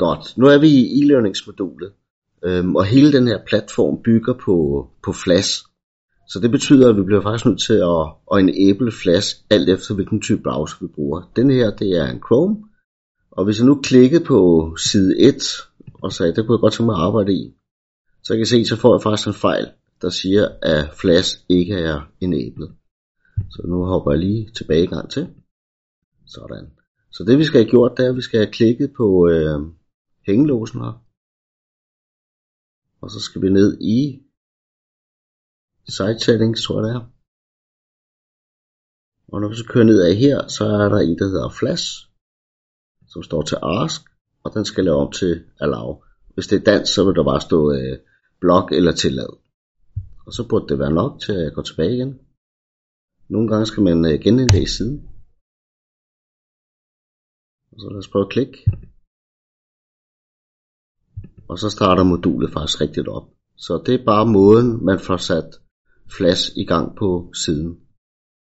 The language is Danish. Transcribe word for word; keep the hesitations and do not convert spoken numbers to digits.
Godt, nu er vi i e-learningsmodulet, øhm, og hele den her platform bygger på, på Flash. Så det betyder, at vi bliver faktisk nødt til at, at enable Flash, alt efter hvilken type browser vi bruger. Den her, det er en Chrome, og hvis jeg nu klikker på side et, og sagde, det kunne jeg godt tænke mig at arbejde i, så kan jeg se, så får jeg faktisk en fejl, der siger, at Flash ikke er enabled. Så nu hopper jeg lige tilbage en gang til. Sådan. Så det vi skal have gjort, det er, at vi skal have klikket på øh, hængelåsen her. Og så skal vi ned i Site Settings, tror jeg det er. Og når vi så kører ned af her, så er der en, der hedder Flash, som står til Ask, og den skal lave om til Allow. Hvis det er dansk, så vil der bare stå øh, Block eller Tillad. Og så burde det være nok til at gå tilbage igen. Nogle gange skal man øh, genindlæse siden. Og så lad os prøve at klikke. Og så starter modulet faktisk rigtigt op. Så det er bare måden, man får sat Flash i gang på siden.